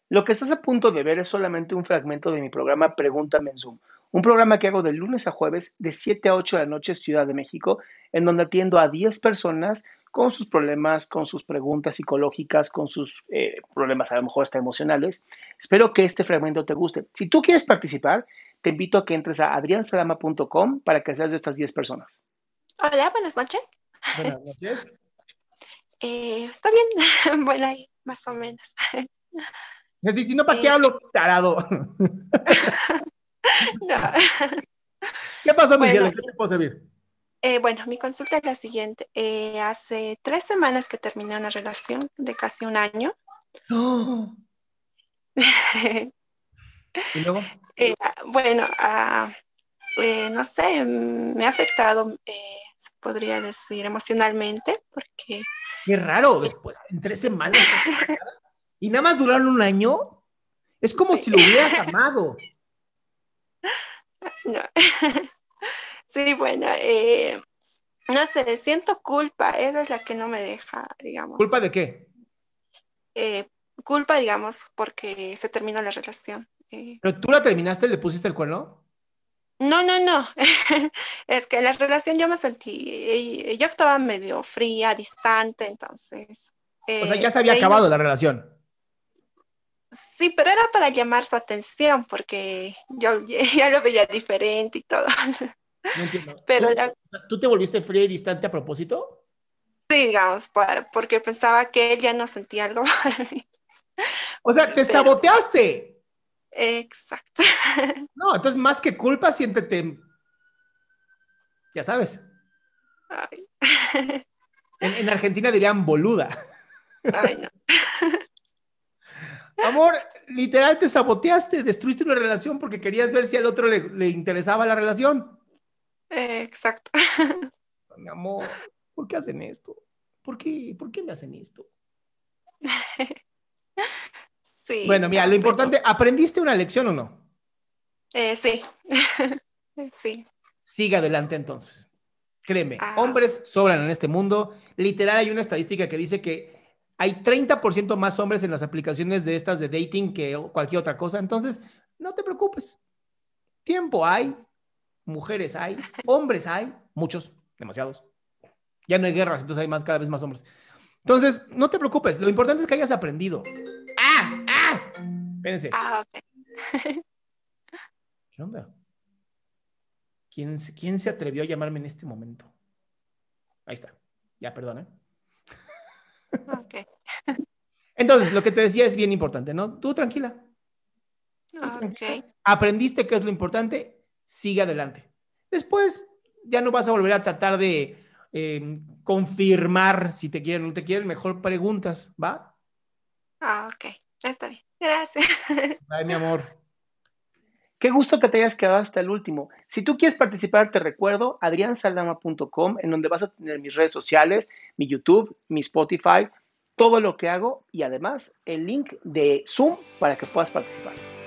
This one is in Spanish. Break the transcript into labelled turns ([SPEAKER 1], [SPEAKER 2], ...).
[SPEAKER 1] Lo que estás a punto de ver es solamente un fragmento de mi programa Pregúntame en Zoom, un programa que hago de lunes a jueves de 7 a 8 de la noche Ciudad de México, en donde atiendo a 10 personas con sus problemas, con sus preguntas psicológicas, con sus problemas a lo mejor hasta emocionales. Espero que este fragmento te guste. Si tú quieres participar, te invito a que entres a adriansalama.com para que seas de estas 10 personas.
[SPEAKER 2] Hola, buenas noches.
[SPEAKER 1] Buenas noches.
[SPEAKER 2] ¿Está bien? Bueno, ahí, más o menos.
[SPEAKER 1] Sí, si no, ¿para qué
[SPEAKER 2] Eh,
[SPEAKER 1] hablo, tarado?
[SPEAKER 2] no.
[SPEAKER 1] ¿Qué pasó, mi cielo?
[SPEAKER 2] Bueno,
[SPEAKER 1] ¿En qué te puedo servir?
[SPEAKER 2] bueno, mi consulta es la siguiente. Hace 3 semanas que terminé una relación de casi un año.
[SPEAKER 1] ¡Oh! ¿Y luego?
[SPEAKER 2] Bueno, no sé, me ha afectado, se podría decir, emocionalmente, porque
[SPEAKER 1] Qué raro, después, en 3 semanas estás embarazada. ¿Y nada más duraron un año? Es como
[SPEAKER 2] sí,
[SPEAKER 1] si lo hubieras amado.
[SPEAKER 2] no. Sí, bueno, no sé, siento culpa, esa es la que no me deja,
[SPEAKER 1] ¿Culpa
[SPEAKER 2] digamos,
[SPEAKER 1] de qué?
[SPEAKER 2] eh, culpa, digamos, porque se terminó la relación.
[SPEAKER 1] ¿Pero tú la terminaste, le pusiste el cuerno?
[SPEAKER 2] No, no, no, es que en la relación yo me sentí, yo estaba medio fría, distante, entonces,
[SPEAKER 1] O sea, ya se
[SPEAKER 2] de
[SPEAKER 1] había
[SPEAKER 2] ahí no,
[SPEAKER 1] acabado la relación.
[SPEAKER 2] sí, pero era para llamar su atención, porque yo ya lo veía diferente y todo,
[SPEAKER 1] No entiendo.
[SPEAKER 2] pero
[SPEAKER 1] ¿Tú, tú te volviste fría y distante a propósito?
[SPEAKER 2] sí, digamos, porque pensaba que él ya no sentía algo por mí,
[SPEAKER 1] O sea, te
[SPEAKER 2] pero,
[SPEAKER 1] saboteaste.
[SPEAKER 2] exacto.
[SPEAKER 1] No, entonces más que culpa, siéntete, ya sabes.
[SPEAKER 2] Ay,
[SPEAKER 1] En Argentina dirían boluda.
[SPEAKER 2] ay, no.
[SPEAKER 1] Amor, literal te saboteaste, destruiste una relación porque querías ver si al otro le interesaba la relación.
[SPEAKER 2] Exacto.
[SPEAKER 1] Mi amor, ¿por qué hacen esto? ¿Por qué me hacen esto?
[SPEAKER 2] Sí,
[SPEAKER 1] Bueno, mira, lo
[SPEAKER 2] no, pero
[SPEAKER 1] importante, ¿aprendiste una lección o no?
[SPEAKER 2] sí, sí.
[SPEAKER 1] Siga adelante entonces. Créeme,
[SPEAKER 2] Ah,
[SPEAKER 1] hombres sobran en este mundo. Literal, hay una estadística que dice que hay 30% más hombres en las aplicaciones de estas de dating que cualquier otra cosa. Entonces, no te preocupes. Tiempo hay, mujeres hay, hombres hay, muchos, demasiados. Ya no hay guerras, entonces hay más, cada vez más hombres. Entonces, no te preocupes. Lo importante es que hayas aprendido. ¡Ah! ¡Ah! Espérense.
[SPEAKER 2] ok.
[SPEAKER 1] ¿Qué onda? ¿Quién se atrevió a llamarme en este momento? Ahí está. Ya, perdona.
[SPEAKER 2] Ok,
[SPEAKER 1] Entonces, lo que te decía es bien importante, ¿no? Tú tranquila, tú
[SPEAKER 2] ok,
[SPEAKER 1] tranquila. Aprendiste qué es lo importante, sigue adelante. Después, ya no vas a volver a tratar de confirmar si te quieren o no te quieren, mejor preguntas, ¿va?
[SPEAKER 2] ok. Está bien. Gracias.
[SPEAKER 1] Ay, mi amor. Qué gusto que te hayas quedado hasta el último. Si tú quieres participar, te recuerdo adriansaldama.com, en donde vas a tener mis redes sociales, mi YouTube, mi Spotify, todo lo que hago y además el link de Zoom para que puedas participar.